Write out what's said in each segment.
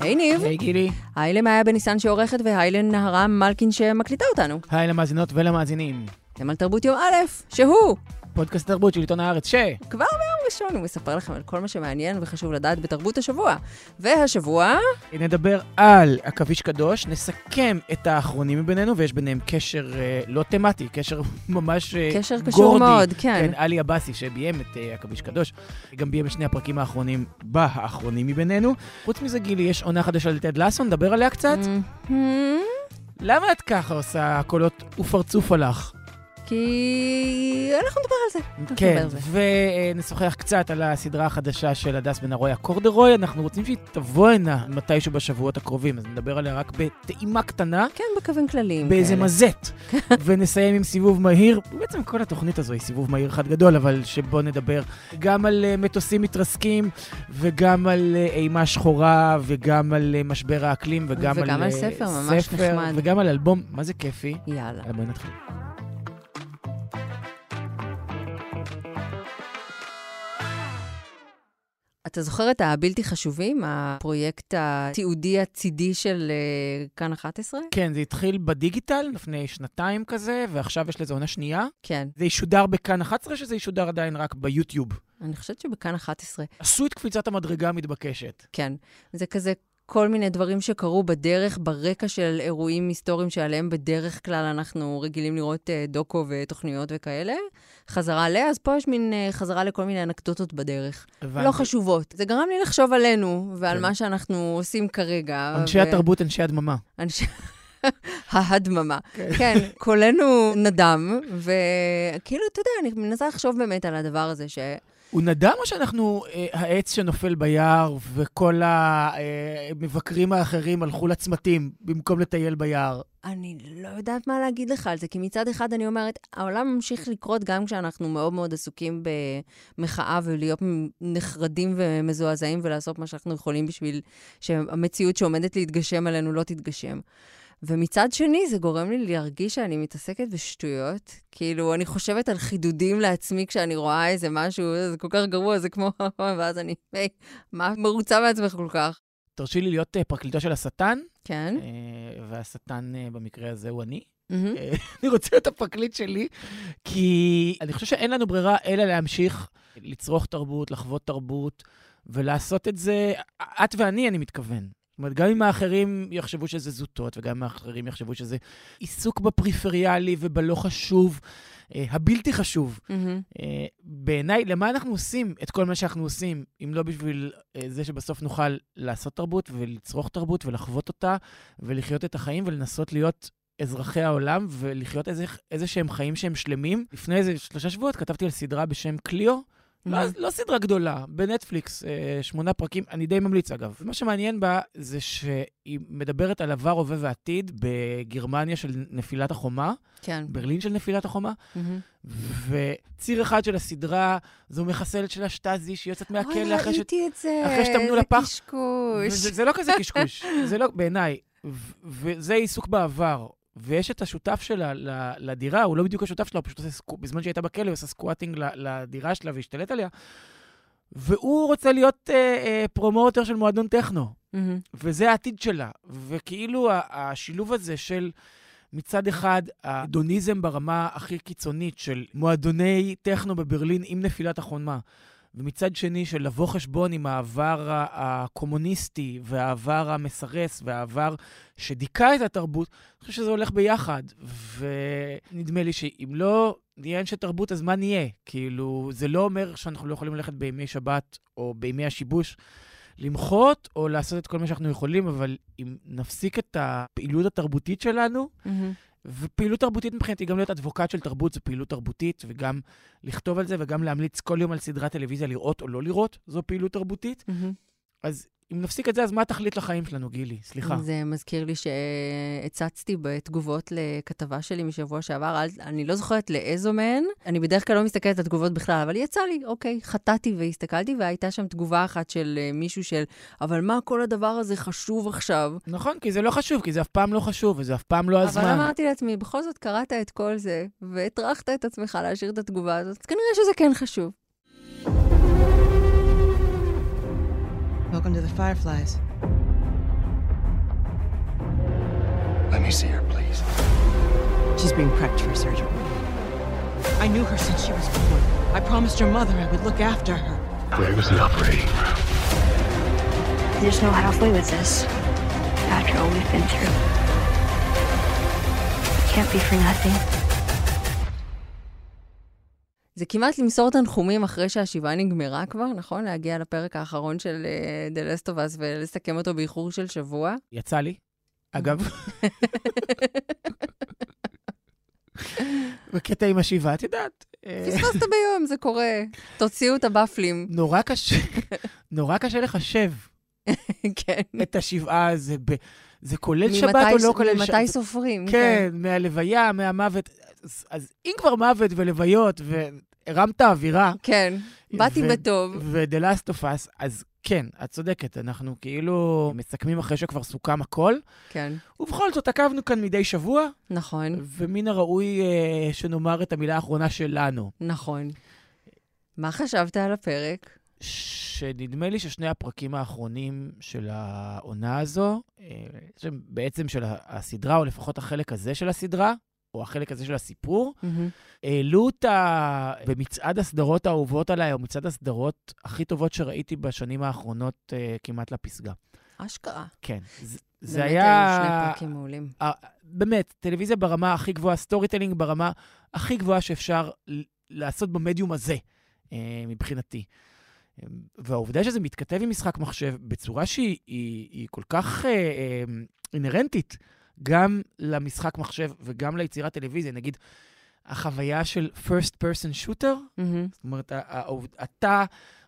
היי ניב. היי גילי. היי למאיה בניסן שעורכת והי לנהרה מלכין שמקליטה אותנו. היי למאזינות ולמאזינים. אתם על תרבות יום א', שהוא פודקאסט תרבות של עיתון הארץ כבר ביום ראשון הוא מספר לכם על כל מה שמעניין וחשוב לדעת בתרבות השבוע. והשבוע נדבר על עכביש קדוש, נסכם את האחרונים מבינינו, ויש ביניהם קשר לא תמטי, קשר ממש קשר גורדי. קשור מאוד, כן. כן, אלי אבסי שביים את עכביש קדוש, גם ביים את שני הפרקים האחרונים באחרונים מבינינו. חוץ מזה גילי, יש עונה חדשה לטד לאסו, נדבר עליה קצת. למה את ככה עושה קולות ופרצוף עלך? כי אנחנו נדבר על זה. כן, ונשוחח קצת על הסדרה החדשה של הדס בן ארויה קורדרוי. אנחנו רוצים שהיא תבוא הנה מתישהו בשבועות הקרובים, אז נדבר עליה רק בטעימה קטנה. כן, בקווים כלליים. באיזה מזט. ונסיים עם סיבוב מהיר. בעצם כל התוכנית הזו היא סיבוב מהיר אחד גדול, אבל שבו נדבר גם על מטוסים מתרסקים, וגם על אימה שחורה, וגם על משבר האקלים, וגם על ספר ממש נחמד. וגם על אלבום. מה זה כיפי? יאללה. בואי נתחיל. אתה זוכר את הבלתי חשובים, הפרויקט התיעודי הצידי של כאן 11? כן, זה התחיל בדיגיטל לפני שנתיים כזה, ועכשיו יש לזה עונה שנייה. כן. זה ישודר בכאן 11, שזה ישודר עדיין רק ביוטיוב? אני חושבת שבכאן 11. עשו את קפיצת המדרגה המתבקשת. כן, זה כזה כל מיני דברים שקרו בדרך, ברקע של אירועים היסטוריים שעליהם בדרך כלל אנחנו רגילים לראות דוקו ותוכניות וכאלה. חזרה אז פה יש מין חזרה לכל מיני אנקדוטות בדרך. לא חשובות. זה גרם לי לחשוב עלינו ועל מה שאנחנו עושים כרגע. אנשי התרבות, אנשי הדממה. ההדממה. כן, כולנו נדם, וכאילו, אתה יודע, אני מנסה לחשוב באמת על הדבר הזה הוא נדם או שאנחנו העץ שנופל ביער וכל המבקרים האחרים הלכו לצמתים במקום לטייל ביער? אני לא יודעת מה להגיד לך על זה, כי מצד אחד אני אומרת, העולם ממשיך לקרות גם כשאנחנו מאוד מאוד עסוקים במחאה ולהיות נחרדים ומזועזעים ולעשות מה שאנחנו יכולים בשביל שהמציאות שעומדת להתגשם עלינו לא תתגשם. ומצד שני, זה גורם לי להרגיש שאני מתעסקת בשטויות. כאילו, אני חושבת על חידודים לעצמי כשאני רואה איזה משהו, זה כל כך גרוע, זה כמו, ואז אני, מה מרוצה מעצמך כל כך? תרשי לי להיות פרקליטו של השטן. כן. והשטן במקרה הזה הוא אני. אני רוצה להיות הפרקליט שלי, כי אני חושב שאין לנו ברירה אלא להמשיך לצרוך תרבות, לחוות תרבות, ולעשות את זה, את ואני מתכוון. זאת אומרת, גם אם האחרים יחשבו שזה זוטות, וגם אם האחרים יחשבו שזה עיסוק בפריפריאלי ובלא חשוב, הבלתי חשוב. בעיניי, למה אנחנו עושים את כל מה שאנחנו עושים, אם לא בשביל זה שבסוף נוכל לעשות תרבות ולצרוך תרבות ולחוות אותה, ולחיות את החיים ולנסות להיות אזרחי העולם, ולחיות איזה שהם חיים שהם שלמים. לפני איזה 3 שבועות כתבתי על סדרה בשם קליו, לא סדרה גדולה, בנטפליקס, 8 פרקים, אני די ממליץ אגב. מה שמעניין בה זה שהיא מדברת על עבר, הווה ועתיד בגרמניה של נפילת החומה, כן. ברלין של נפילת החומה, וציר אחד של הסדרה, זו מחסלת של השטאזי שיוצאת מהכלא אחרי שטמנו לפח. זה קשקוש. זה לא כזה קשקוש, זה לא בעיניי, וזה עיסוק בעבר. ויש את השותף שלה לדירה, הוא לא בדיוק השותף שלה, הוא פשוט בזמן שהייתה בכלא, הוא עושה סקואטינג לדירה שלה והשתלט עליה, והוא רוצה להיות פרומוטר של מועדון טכנו, וזה העתיד שלה, וכאילו השילוב הזה של מצד אחד, הדוניזם ברמה הכי קיצונית של מועדוני טכנו בברלין עם נפילת החומה, ומצד שני של לבוא חשבון עם העבר הקומוניסטי והעבר המסרס והעבר שדיכא את התרבות, אני חושב שזה הולך ביחד. ונדמה לי שאם לא נהיה אנשי תרבות, אז מה נהיה? כאילו, זה לא אומר שאנחנו לא יכולים ללכת בימי שבת או בימי השיבוש למחות או לעשות את כל מה שאנחנו יכולים, אבל אם נפסיק את הפעילות התרבותית שלנו, ופעילות תרבותית מבחינתי, גם להיות אדבוקט של תרבות, זו פעילות תרבותית, וגם לכתוב על זה, וגם להמליץ כל יום על סדרת טלוויזיה לראות או לא לראות, זו פעילות תרבותית. אז אם נפסיק את זה, אז מה תחליט לחיים שלנו, גילי? סליחה. זה מזכיר לי שהצצתי בתגובות לכתבה שלי משבוע שעבר, אני לא זוכרת לאיזו מהן, אני בדרך כלל לא מסתכלת על התגובות בכלל, אבל יצא לי, אוקיי, חטאתי והסתכלתי, והייתה שם תגובה אחת של מישהו של, אבל מה כל הדבר הזה חשוב עכשיו? נכון, כי זה לא חשוב, כי זה אף פעם לא חשוב, וזה אף פעם לא הזמן. אבל אמרתי לעצמי, בכל זאת קראת את כל זה, והטרחת את עצמך להשאיר את התגובה הזאת, אז כנראה שזה כן חשוב. Welcome to the Fireflies. me see her, please. She's being prepped for surgery. I knew her since she was born. I promised her mother I would look after her. Where was the operating room? There's no halfway with this. After all we've been through. It can't be for nothing. זה כמעט למסור תנחומים אחרי שהשבעה נגמרה כבר, נכון? להגיע לפרק האחרון של The Last of Us ולסכם אותו באיחור של שבוע. יצא לי, אגב. בקטע עם השבעה, את יודעת. פספסת ביום, זה קורה. תוציאו את הבפלים. נורא קשה לחשב. כן. את השבעה הזה, זה כולל שבת או לא כולל שבת? ממתי סופרים? כן, מהלוויה, מהמוות. אז אם כבר מוות ולוויות, והרמת האווירה. כן, באתי בטוב. ו-The Last of Us, אז כן, את צודקת, אנחנו כאילו מסכמים אחרי שכבר סוכם הכל. כן. ובכל זאת, עקבנו כאן מדי שבוע. נכון. ומן הראוי שנאמר את המילה האחרונה שלנו. נכון. מה חשבת על הפרק? שנדמה לי ששני הפרקים האחרונים של העונה הזו, בעצם של הסדרה, או לפחות החלק הזה של הסדרה, או החלק הזה של הסיפור, העלו אותה במצעד הסדרות האהובות עליי, או מצעד הסדרות הכי טובות שראיתי בשנים האחרונות כמעט לפסגה. אשכרה. כן. זה היה... באמת היו שני פרקים מעולים. באמת, טלוויזיה ברמה הכי גבוהה, סטורי טלינג ברמה הכי גבוהה שאפשר לעשות במדיום הזה, מבחינתי. והעובדה שזה מתכתב עם משחק מחשב בצורה שהיא כל כך אינרנטית, גם למשחק מחשב וגם ליצירת טלוויזיה. נגיד, החוויה של first person shooter, זאת אומרת, אתה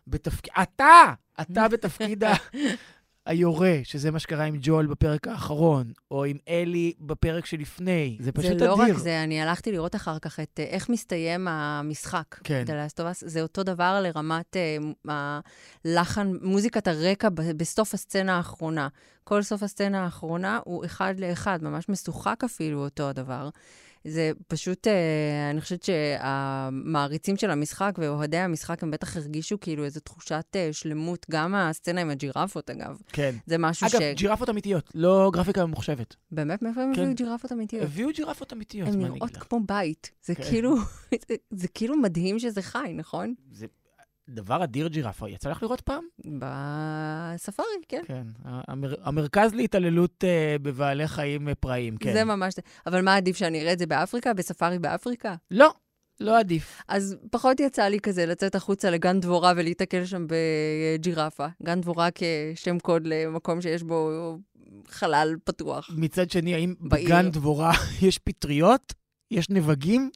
בתפקיד היורה, שזה מה שקרה עם ג'ול בפרק האחרון, או עם אלי בפרק שלפני. זה פשוט אדיר. זה לא רק זה, אני הלכתי לראות אחר כך את איך מסתיים המשחק. כן. The Last of Us. זה אותו דבר לרמת הלחן, מוזיקת הרקע בסוף הסצנה האחרונה. כל סוף הסצנה האחרונה הוא אחד לאחד, ממש משוחק אפילו אותו הדבר. זה פשוט, אני חושבת שהמעריצים של המשחק ואוהדי המשחק הם בטח הרגישו כאילו איזו תחושת שלמות, גם הסצנה עם הג'ירפות אגב. כן. זה משהו אגב, ג'ירפות אמיתיות, לא גרפיקה ממוחשבת. באמת? מאיפה הם הביאו ג'ירפות אמיתיות? הביאו ג'ירפות אמיתיות, הן נראות כמו בית. זה כאילו מדהים שזה חי, נכון? זה דבר אדיר ג'ירפה. יצא לך לראות פעם? בספארי, כן. כן. המרכז להתעללות בבעלי חיים פראיים, כן. זה ממש... אבל מה עדיף שאני אראה את זה באפריקה? בספארי באפריקה? לא, לא עדיף. אז פחות יצא לי כזה לצאת החוצה לגן דבורה ולהתקל שם בג'ירפה. גן דבורה כשם קוד למקום שיש בו חלל פתוח. מצד שני, האם בגן דבורה יש פטריות? יש נבגים?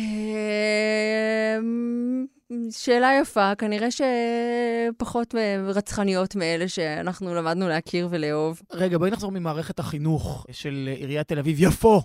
שאלה יפה, כנראה שפחות רצחניות מאלה שאנחנו למדנו להכיר ולאהוב. רגע, בואי נחזור ממערכת החינוך של עיריית תל אביב יפו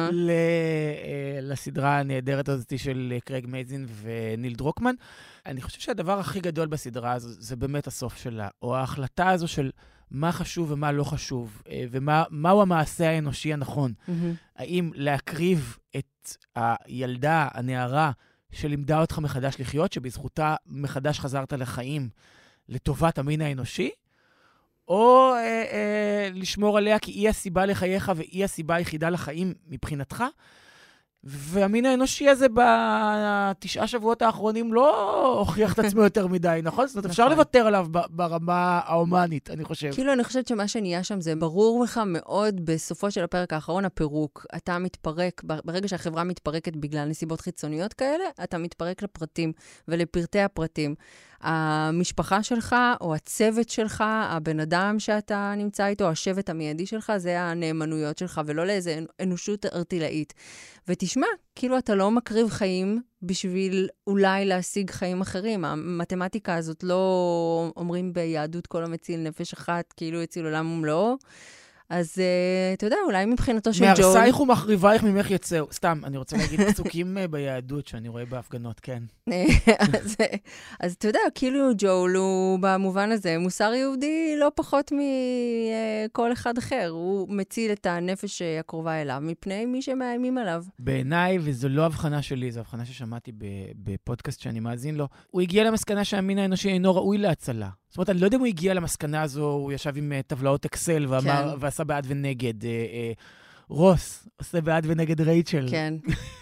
לסדרה הנהדרת הזאת של קרייג מייזין וניל דרוקמן. אני חושב שהדבר הכי גדול בסדרה הזו זה באמת הסוף שלה, או ההחלטה הזו של מה חשוב ומה לא חשוב, ומהו המעשה האנושי הנכון. האם להקריב את הילדה, הנערה, שלימדה אותך מחדש לחיות, שבזכותה מחדש חזרת לחיים לטובת המין האנושי, או לשמור עליה כי היא הסיבה לחייך והיא הסיבה היחידה לחיים מבחינתך, והמין האנושי הזה ב9 שבועות האחרונים לא הוכיח את עצמו יותר מדי, נכון? זאת אומרת, אפשר לוותר עליו ברמה ההומנית, אני חושב. כאילו, אני חושבת שמה שנהיה שם זה ברור לך מאוד בסופו של הפרק האחרון, הפירוק. אתה מתפרק, ברגע שהחברה מתפרקת בגלל נסיבות חיצוניות כאלה, אתה מתפרק לפרטים ולפרטי הפרטים. המשפחה שלך, או הצוות שלך, הבן אדם שאתה נמצא איתו, השבט המיידי שלך, זה הנאמנויות שלך, ולא לאיזה אנושות ארטילאית. ותשמע, כאילו אתה לא מקריב חיים בשביל אולי להשיג חיים אחרים. המתמטיקה הזאת לא אומרים ביהדות כל המציל נפש אחת, כאילו הציל עולם ומלואו. אז אתה יודע, אולי מבחינתו של ג'ול... מהרסייך ומחריבייך ממך יצאו. סתם, אני רוצה להגיד פסוקים ביהדות שאני רואה בהפגנות, כן. אז אתה יודע, כאילו ג'ול הוא במובן הזה מוסר יהודי לא פחות מכל אחד אחר. הוא מציל את הנפש הקרובה אליו מפני מי שמאיימים עליו. בעיניי, וזו לא הבחנה שלי, זו הבחנה ששמעתי בפודקאסט שאני מאזין לו, הוא הגיע למסקנה שהמין האנושי אינו ראוי להצלה. זאת אומרת, אני לא יודע אם הוא הגיע למסקנה הזו, הוא ישב עם טבלאות אקסל ועשה בעד ונגד, רוס עושה בעד ונגד רייצ'ל. כן.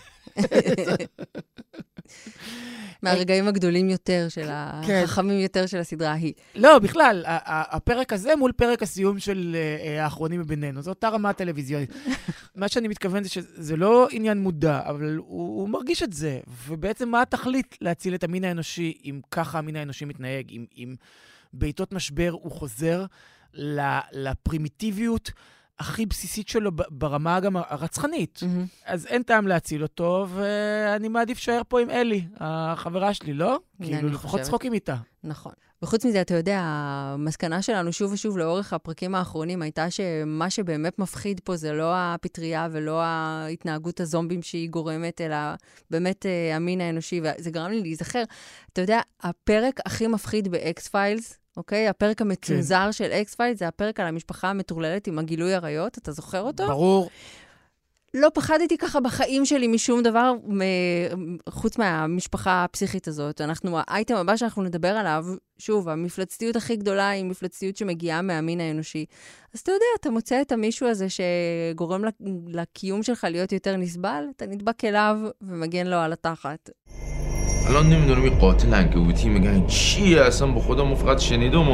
מהרגעים הגדולים יותר של החכמים יותר של הסדרה ההיא. לא, בכלל, הפרק הזה מול פרק הסיום של האחרונים מבינינו, זו אותה רמה טלוויזיונית. מה שאני מתכוון זה שזה לא עניין מודע, אבל הוא מרגיש את זה, ובעצם מה התכלית להציל את המין האנושי, אם ככה המין האנושי מתנהג, אם בעיתות משבר הוא חוזר לפרימיטיביות הכי בסיסית שלו ברמה גם הרצחנית. אז אין טעם להציל אותו, ואני מעדיף להישאר פה עם אלי, החברה שלי, לא? כאילו, לפחות צחוקים איתה. נכון. וחוץ מזה, אתה יודע, המסקנה שלנו שוב ושוב לאורך הפרקים האחרונים הייתה שמה שבאמת מפחיד פה זה לא הפטריה ולא ההתנהגות הזומבים שהיא גורמת, אלא באמת המין האנושי, וזה גרם לי להיזכר. אתה יודע, הפרק הכי מפחיד באקס-פיילס, אוקיי? הפרק המצונזר של אקס-פיילס, זה הפרק על המשפחה המטורללת עם הגילוי עריות, אתה זוכר אותו? ברור. לא פחדתי ככה בחיים שלי משום דבר, חוץ מהמשפחה הפסיכית הזאת. האייטם הבא שאנחנו נדבר עליו, שוב, המפלצתיות הכי גדולה היא מפלצתיות שמגיעה מהמין האנושי. אז אתה יודע, אתה מוצא את המישהו הזה שגורם לקיום שלך להיות יותר נסבל, אתה נדבק אליו ומגן לו על התחת. الان نمیدونم این قاتل عنکبوتی میگن چیه اصلا با خدا ما فقط شنیدم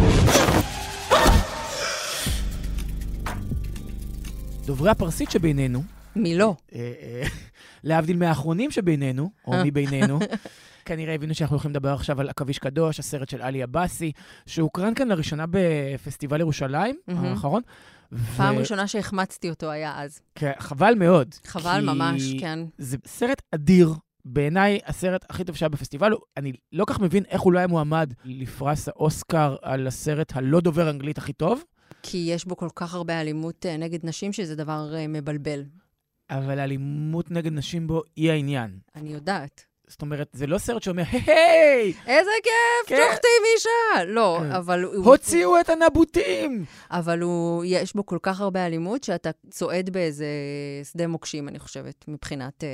דוברי הפרסית שבינינו, מי לא? להבדיל מהאחרונים שבינינו, או מבינינו, כנראה הבינו שאנחנו הולכים לדבר עכשיו על עכביש קדוש, הסרט של עלי עבאסי, שהוקרן כאן לראשונה בפסטיבל ירושלים, האחרון. פעם ראשונה שהחמצתי אותו היה אז. חבל מאוד. חבל ממש, כן. זה סרט אדיר. בעיניי, הסרט הכי טוב שהיה בפסטיבל, אני לא כך מבין איך הוא לא היה מועמד לפרס האוסקר על הסרט הלא דובר אנגלית הכי טוב. כי יש בו כל כך הרבה אלימות נגד נשים, שזה דבר מבלבל. אבל האלימות נגד נשים בו היא העניין. אני יודעת. זאת אומרת, זה לא סרט שאומר, היי! איזה כיף, שוחטי מישה! לא, אבל הוא... הוציאו את הנבוטים! אבל יש בו כל כך הרבה אלימות, שאתה צועד באיזה שדה מוקשים, אני חושבת, מבחינת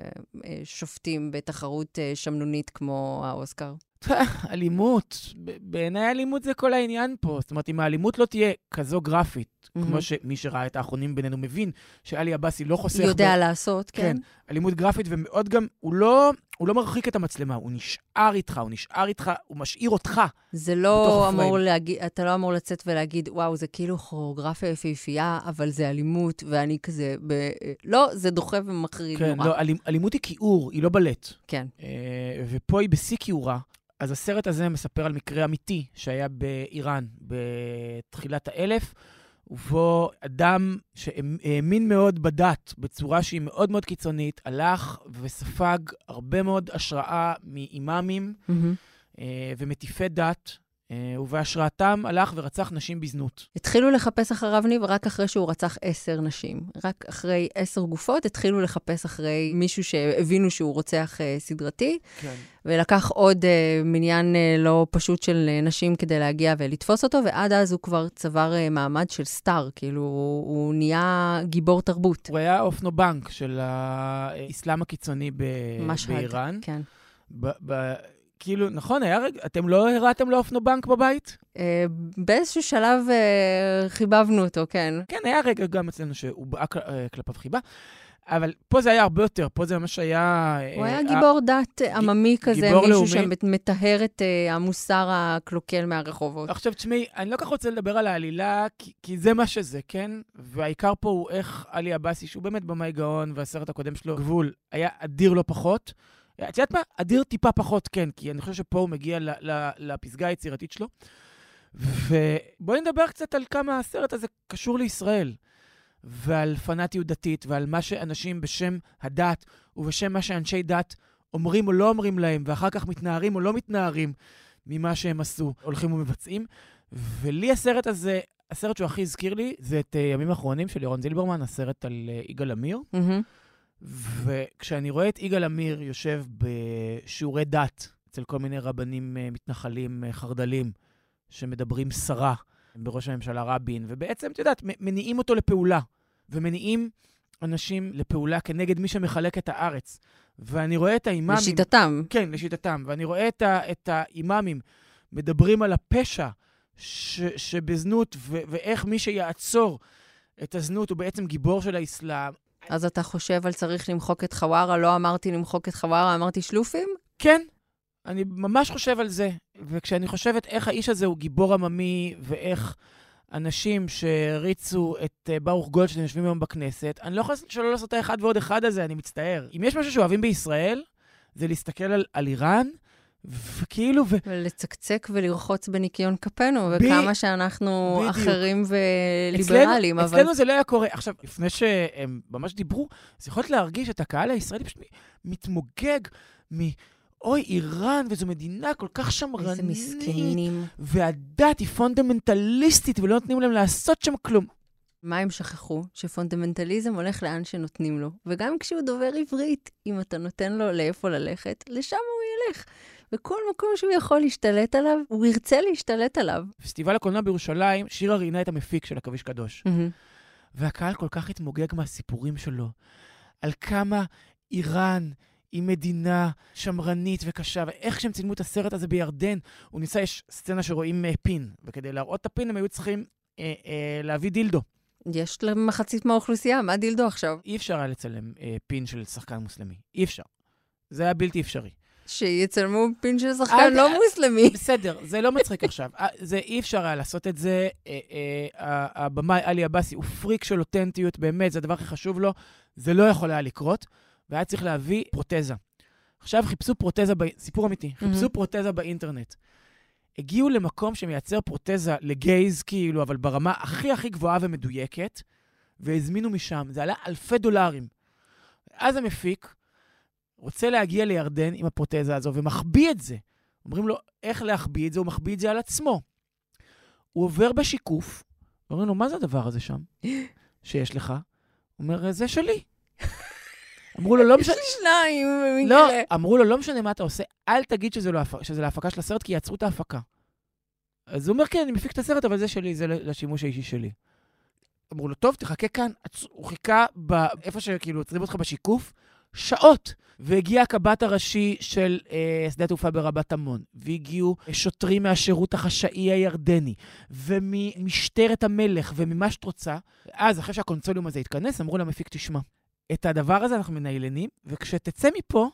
שופטים בתחרות שמנונית כמו האוסקר. אלימות. בעיניי אלימות זה כל העניין פה. זאת אומרת, אם האלימות לא תהיה כזו גרפית, כמו שמי שראה את האחרונים בינינו מבין, שעלי עבאסי לא חוסך... יודע לעשות, כן. אלימות גרפית, ומאוד גם, הוא לא מרחיק את המצלמה, הוא נשאר איתך, הוא משאיר אותך. זה לא אמור להגיד, אתה לא אמור לצאת ולהגיד, וואו, זה כאילו כוריאוגרפיה יפהפייה, אבל זה אלימות, ואני כזה, לא, זה דוחף ומחריד נורא. כן, לא, אלימות היא כיעור, היא לא בלט. כן. ופה היא בשיא כיעורה. אז הסרט הזה מספר על מקרה אמיתי שהיה באיראן בתחילת האלף, ובו אדם שהאמין מאוד בדת בצורה שהיא מאוד מאוד קיצונית, הלך וספג הרבה מאוד השראה מאימאמים ומטיפי דת, ובהשראתם הלך ורצח נשים בזנות. התחילו לחפש אחריו ניב רק אחרי שהוא רצח 10 נשים. רק אחרי 10 גופות התחילו לחפש אחרי מישהו שהבינו שהוא רוצח סדרתי, כן. ולקח עוד מניין לא פשוט של נשים כדי להגיע ולתפוס אותו, ועד אז הוא כבר צבר מעמד של סטאר, כאילו הוא נהיה גיבור תרבות. הוא היה אופנובנק של האסלאם הקיצוני באיראן. כן. כאילו, נכון, אתם לא הראתם לאופנובנק בבית? באיזשהו שלב חיבבנו אותו, כן. כן, היה רגע גם אצלנו שהוא באה כלפיו חיבה, אבל פה זה היה הרבה יותר, פה זה ממש היה... הוא היה גיבור דת עממי כזה, מישהו שמטהר את המוסר הקלוקל מהרחובות. עכשיו, תשמעי, אני לא כך רוצה לדבר על העלילה, כי זה מה שזה, כן? והעיקר פה הוא איך עלי עבאסי, שהוא באמת במאי גאון, והסרט הקודם שלו, גבול, היה אדיר לא פחות. את יודעת מה? אדיר טיפה פחות, כן, כי אני חושב שפה הוא מגיע לפסגה היצירתית שלו. ובואי נדבר קצת על כמה הסרט הזה קשור לישראל, ועל פנאטיות דתית, ועל מה שאנשים בשם הדת, ובשם מה שאנשי דת אומרים או לא אומרים להם, ואחר כך מתנערים או לא מתנערים ממה שהם עשו, הולכים ומבצעים. ולי הסרט הזה, הסרט שהוא הכי הזכיר לי, זה את ימים האחרונים של ירון זילברמן, הסרט על יגאל עמיר. וכשאני רואה את יגאל עמיר יושב בשיעורי דת, אצל כל מיני רבנים מתנחלים חרדלים, שמדברים שרה בראש הממשלה רבין, ובעצם, את יודעת, מניעים אותו לפעולה, ומניעים אנשים לפעולה כנגד מי שמחלק את הארץ. ואני רואה את האימאמים... לשיטתם. כן, לשיטתם. ואני רואה את האימאמים מדברים על הפשע שבזנות, ואיך מי שיעצור את הזנות, הוא בעצם גיבור של האסלאם. אז אתה חושב על צריך למחוק את חווארה, לא אמרתי למחוק את חווארה, אמרתי שלופים? כן, אני ממש חושב על זה. וכשאני חושבת איך האיש הזה הוא גיבור עממי, ואיך אנשים שהריצו את ברוך גולדשטיין יושבים היום בכנסת, אני לא יכול שלא לעשות האחד ועוד אחד הזה, אני מצטער. אם יש משהו שאוהבים בישראל, זה להסתכל על איראן, וכאילו... ולצקצק ולרחוץ בניקיון כפינו, וכמה שאנחנו בדיוק. אחרים וליברליים. אצלנו זה לא היה קורה. עכשיו, לפני שהם ממש דיברו, זה יכול להרגיש את הקהל הישראלי פשוט מתמוגג אוי, איראן, וזו מדינה כל כך שמרנית. איזה מסכנים. והדת היא פונדמנטליסטית, ולא נותנים להם לעשות שם כלום. מה הם שכחו? שפונדמנטליזם הולך לאן שנותנים לו. וגם כשהוא דובר עברית, אם אתה נותן לו לאיפה ללכת, לשם הוא ילך. וכל מקום שהוא יכול להשתלט עליו, הוא ירצה להשתלט עליו. פסטיבל הקולנוע בירושלים, שירה ראיינה את המפיק של עכביש קדוש. והקהל כל כך התמוגג מהסיפורים שלו. על כמה איראן היא מדינה שמרנית וקשה, ואיך כשהם צילמו את הסרט הזה בירדן, הוא ניסה, יש סצנה שרואים פין, וכדי להראות את הפין הם היו צריכים להביא דילדו. יש למחצית מהאוכלוסייה, מה דילדו עכשיו? אי אפשר היה לצלם פין של שחקן מוסלמי. אי אפשר. זה היה בלתי אפשרי. שיצלמו פין של שחקן לא מוסלמי. בסדר, זה לא מצחיק עכשיו. זה אי אפשר היה לעשות את זה. הבמאי עלי עבאסי הוא פריק של אותנטיות, באמת, זה הדבר הכי חשוב לו. זה לא יכול היה לקרות, והיה צריך להביא פרוטזה. עכשיו חיפשו פרוטזה, סיפור אמיתי, חיפשו פרוטזה באינטרנט. הגיעו למקום שמייצר פרוטזה לגייז, כאילו, אבל ברמה הכי הכי גבוהה ומדויקת, והזמינו משם. זה עלה $1,000. אז המפיק רוצה להגיע לירדן עם הפרוטזה הזו, ומחביא את זה. אומרים לו, איך להחביא את זה? הוא מחביא את זה על עצמו. הוא עובר בשיקוף, אומרים לו, מה זה הדבר הזה שם? שיש לך? הוא אומר, זה שלי. אמרו לו, לא משנה... יש לי שניים, במקרה. לא, אמרו לו, לא משנה מה אתה עושה, אל תגיד שזה להפקה של הסרט, כי יעצרו את ההפקה. אז הוא אומר, כן, אני מפיק את הסרט, אבל זה שלי, זה לשימוש האישי שלי. אמרו לו, טוב, תחכה כאן. הוא חיכה איפה שכאילו, עוצרים אותך בשיקוף, שעות. והגיע הקב"ט הראשי של שדה התעופה ברבת עמון, והגיעו שוטרים מהשירות החשאי הירדני, וממשטרת המלך, וממה שאת רוצה. אז, אחרי שהקונסוליום הזה התכנס, אמרו למפיק, תשמע, את הדבר הזה אנחנו מנהלנים, וכשתצא מפה,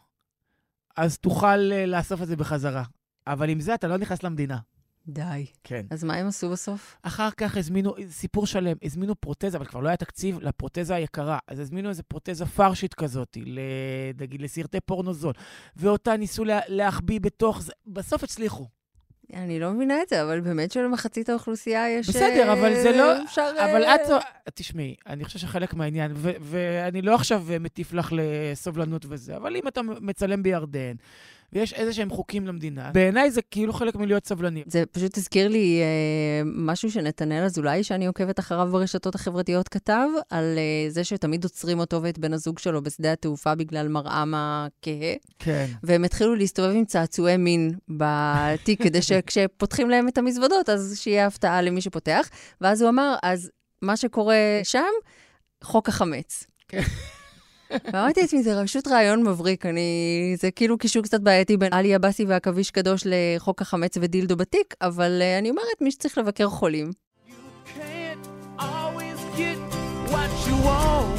אז תוכל לאסוף את זה בחזרה. אבל עם זה אתה לא נכנס למדינה. די. כן. אז מה הם עשו בסוף? אחר כך הזמינו, סיפור שלם, הזמינו פרוטזה, אבל כבר לא היה תקציב לפרוטזה היקרה. אז הזמינו איזו פרוטזה פרשית כזאת, נגיד לסרטי פורנוזול, ואותה ניסו להחביא בתוך זה. בסוף הצליחו. אני לא מבינה את זה, אבל באמת שלמחצית האוכלוסייה יש... בסדר, אבל זה לא... אפשר... אבל תשמעי, אני חושב שחלק מהעניין, ואני לא עכשיו מטיף לך לסובלנות וזה, אבל אם אתה מצלם בירדן, ויש איזשהם חוקים למדינה, בעיניי זה כאילו חלק מלהיות סבלני. זה פשוט הזכיר לי משהו שנתנאל אזולאי, שאני עוקבת אחריו ברשתות החברתיות כתב, על זה שתמיד עוצרים אותו ואת בן הזוג שלו בשדה התעופה בגלל מראם הכהה. כן. והם התחילו להסתובב עם צעצועי מין בתיק, כדי שכשפותחים להם את המזוודות, אז שיהיה הפתעה למי שפותח. ואז הוא אמר, אז מה שקורה שם, חוק החמץ. כן. ואמרתי לעצמי, זה פשוט רעיון מבריק, זה כאילו קישור קצת בעייתי בין עלי עבאסי והעכביש קדוש לחוק החמץ ודילדו בתיק, אבל אני אומרת, מי שצריך לבקר חולים. You can't always get what you want.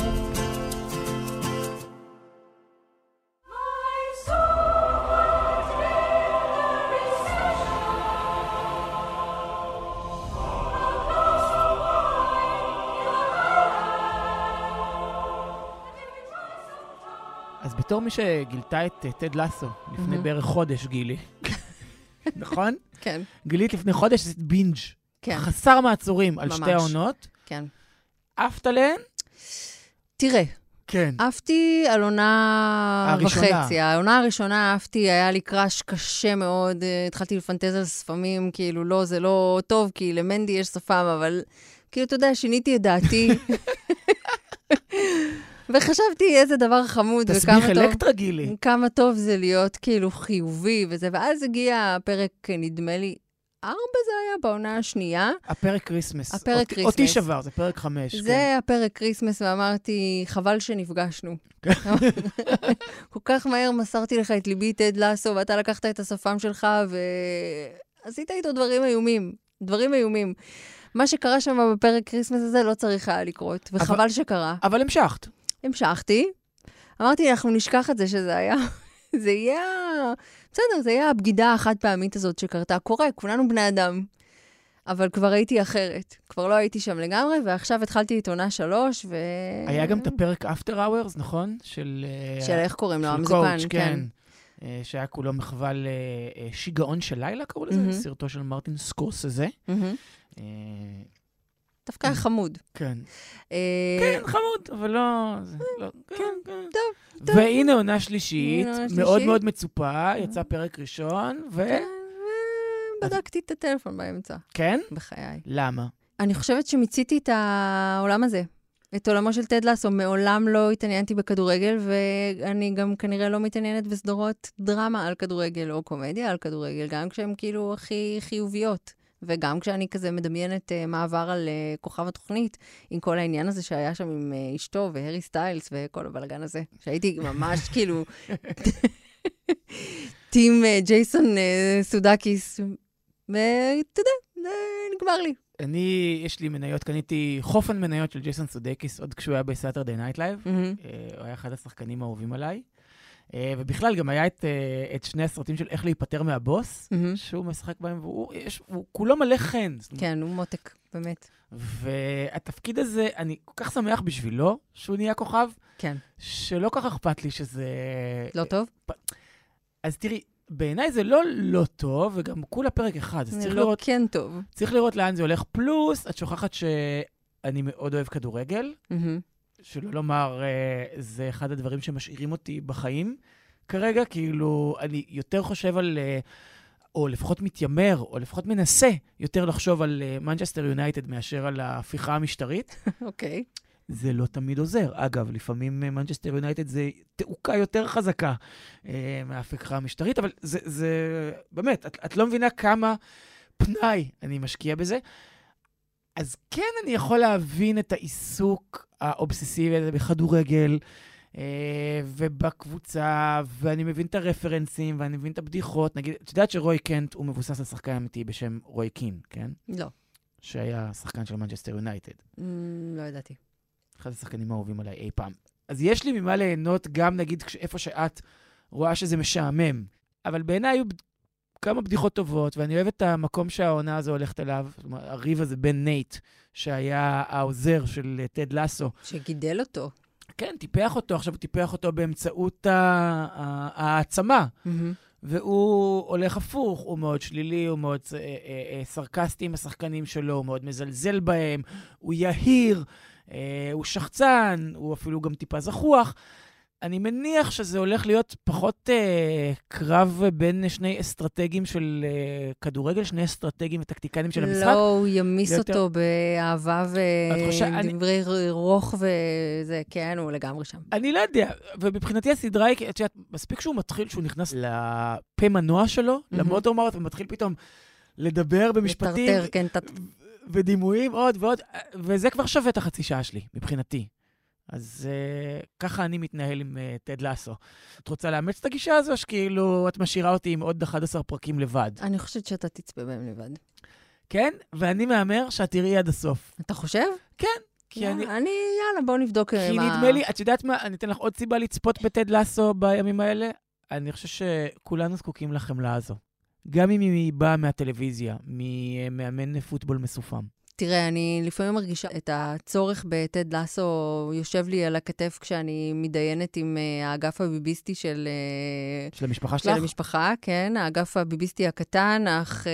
אז בתור מי שגילתה את טד לסו לפני בערך חודש, גילי, נכון? כן. גילית לפני חודש, זה בינג'. כן. חסר מעצורים על ממש. שתי העונות. כן. עפת עליהן? תראה, כן. עפתי על עונה הראשונה. וחצי. העונה הראשונה עפתי, היה לי קראש קשה מאוד, התחלתי לפנטז על שפמים, כאילו לא, זה לא טוב, כי למנדי יש שפם, אבל כאילו, אתה יודע, שיניתי את דעתי. וחשבתי איזה דבר חמוד תסביך אלקטרה, גילי. כמה טוב זה להיות כאילו חיובי וזה, ואז הגיע הפרק, נדמה לי, 4 זה היה בעונה השנייה. הפרק קריסמס. הפרק קריסמס. אותי שבר, זה פרק 5. זה כן. הפרק קריסמס, ואמרתי, חבל שנפגשנו. כל כך מהר מסרתי לך את ליבי טד לסו, ואתה לקחת את השפם שלך, ועשית איתו דברים איומים. דברים איומים. מה שקרה שם בפרק קריסמס הזה לא צריך היה לקרות, וחבל שקרה. אבל המשכת. המשכתי. אמרתי, אנחנו נשכח את זה שזה היה... זה יהיה... בסדר, זה יהיה הבגידה החד פעמית הזאת שקרתה. קורה, כולנו בני אדם. אבל כבר הייתי אחרת. כבר לא הייתי שם לגמרי, ועכשיו התחלתי את עונה 3, היה גם את הפרק After Hours, נכון? של איך קוראים לו, המזוקן, כן. שהיה כולו מחווה לשיגעון של לילה, קראו לזה? סרטו של מרטין סקורסזה. דווקא חמוד. כן. כן, חמוד, אבל לא... כן, טוב. והנה עונה שלישית, מאוד מאוד מצופה, יצא פרק ראשון, בדקתי את הטלפון באמצע. כן? בחיי. למה? אני חושבת שמיציתי את העולם הזה. את עולמו של טד לסו. מעולם לא התעניינתי בכדורגל, ואני גם כנראה לא מתעניינת בסדרות דרמה על כדורגל, או קומדיה על כדורגל, גם כשהן כאילו הכי חיוביות. וגם כשאני כזה מדמיינת מעבר על כוכב התוכנית, עם כל העניין הזה שהיה שם עם אשתו והרי סטיילס וכל הבלגן הזה. שהייתי ממש כאילו... טים ג'ייסון סודקיס. ואתה יודע, זה נגמר לי. יש לי מניות, קניתי חופן מניות של ג'ייסון סודקיס, עוד כשהוא היה בסאטרדיי נייט לייב. הוא היה אחד השחקנים האהובים עליי. ובכלל גם היה את שני הסרטים של איך להיפטר מהבוס, שהוא משחק בהם, והוא כולו מלא חן. כן, הוא מותק, באמת. והתפקיד הזה, אני כל כך שמח בשבילו, שהוא נהיה כוכב, כן. שלא כך אכפת לי שזה... לא טוב? אז תראי, בעיניי זה לא טוב, וגם כולה פרק אחד. זה לא כן טוב. צריך לראות לאן זה הולך. פלוס, את שוכחת שאני מאוד אוהב כדורגל, שלא לומר, זה אחד הדברים שמשאירים אותי בחיים כרגע, כאילו, אני יותר חושב על, או לפחות מתיימר, או לפחות מנסה יותר לחשוב על מנצ'סטר יונייטד מאשר על ההפיכה המשטרית. אוקיי. זה לא תמיד עוזר. אגב, לפעמים מנצ'סטר יונייטד זה תעוקה יותר חזקה מההפיכה המשטרית, אבל זה באמת, את לא מבינה כמה פנאי אני משקיע בזה. אז כן, אני יכול להבין את העיסוק האובססיבי הזה בכדורגל, ובקבוצה, ואני מבין את הרפרנסים, ואני מבין את הבדיחות. נגיד, את יודעת שרוי קנט הוא מבוסס על שחקן אמיתי בשם רוי קין, כן? לא. שהיה שחקן של מנצ'סטר יונייטד. לא ידעתי. אחד השחקנים האהובים עליי אי פעם. אז יש לי ממה ליהנות גם, נגיד, איפה שאת רואה שזה משעמם. אבל בעיניי היו כמה בדיחות טובות, ואני אוהב את המקום שהעונה הזו הולכת אליו, הריב הזה בין נייט, שהיה העוזר של טד לסו. שגידל אותו. כן, טיפח אותו, עכשיו הוא טיפח אותו באמצעות העצמה. והוא הולך הפוך, הוא מאוד שלילי, הוא מאוד סרקסטי עם השחקנים שלו, הוא מאוד מזלזל בהם, הוא יהיר, הוא שחצן, הוא אפילו גם טיפה זחוח. אני מניח שזה הולך להיות פחות קרב בין שני אסטרטגים של כדורגל, שני אסטרטגים וטקטיקנים של המשחק. לא, הוא ימיס אותו באהבה ודברי רוח וזה, כן, הוא לגמרי שם. אני לא יודע, ובבחינתי הסדרה היא, מספיק שהוא מתחיל, שהוא נכנס לפה מנוע שלו, למוטורמאוט, ומתחיל פתאום לדבר במשפטים, ודימויים עוד ועוד, וזה כבר שווה את החצי שעה שלי, מבחינתי. אז ככה אני מתנהל עם טד לסו. את רוצה לאמץ את הגישה הזו, שכאילו את משאירה אותי עם עוד 11 פרקים לבד? אני חושבת שאתה תצפה בהם לבד. כן? ואני מאמר שאת תראי עד הסוף. אתה חושב? כן. כי אני... יאללה, בואו נבדוק מה... כי נדמה לי, את יודעת מה, אני אתן לך עוד סיבה לצפות בטד לסו בימים האלה. אני חושב שכולנו זקוקים לחמלה הזו. גם אם היא באה מהטלוויזיה, ממאמן פוטבול מסופם. תראה, אני לפעמים מרגישה את הצורך בטד לסו יושב לי על הכתף כשאני מתדיינת עם האגף הביביסטי של המשפחה שלך? של המשפחה, כן. האגף הביביסטי הקטן, אך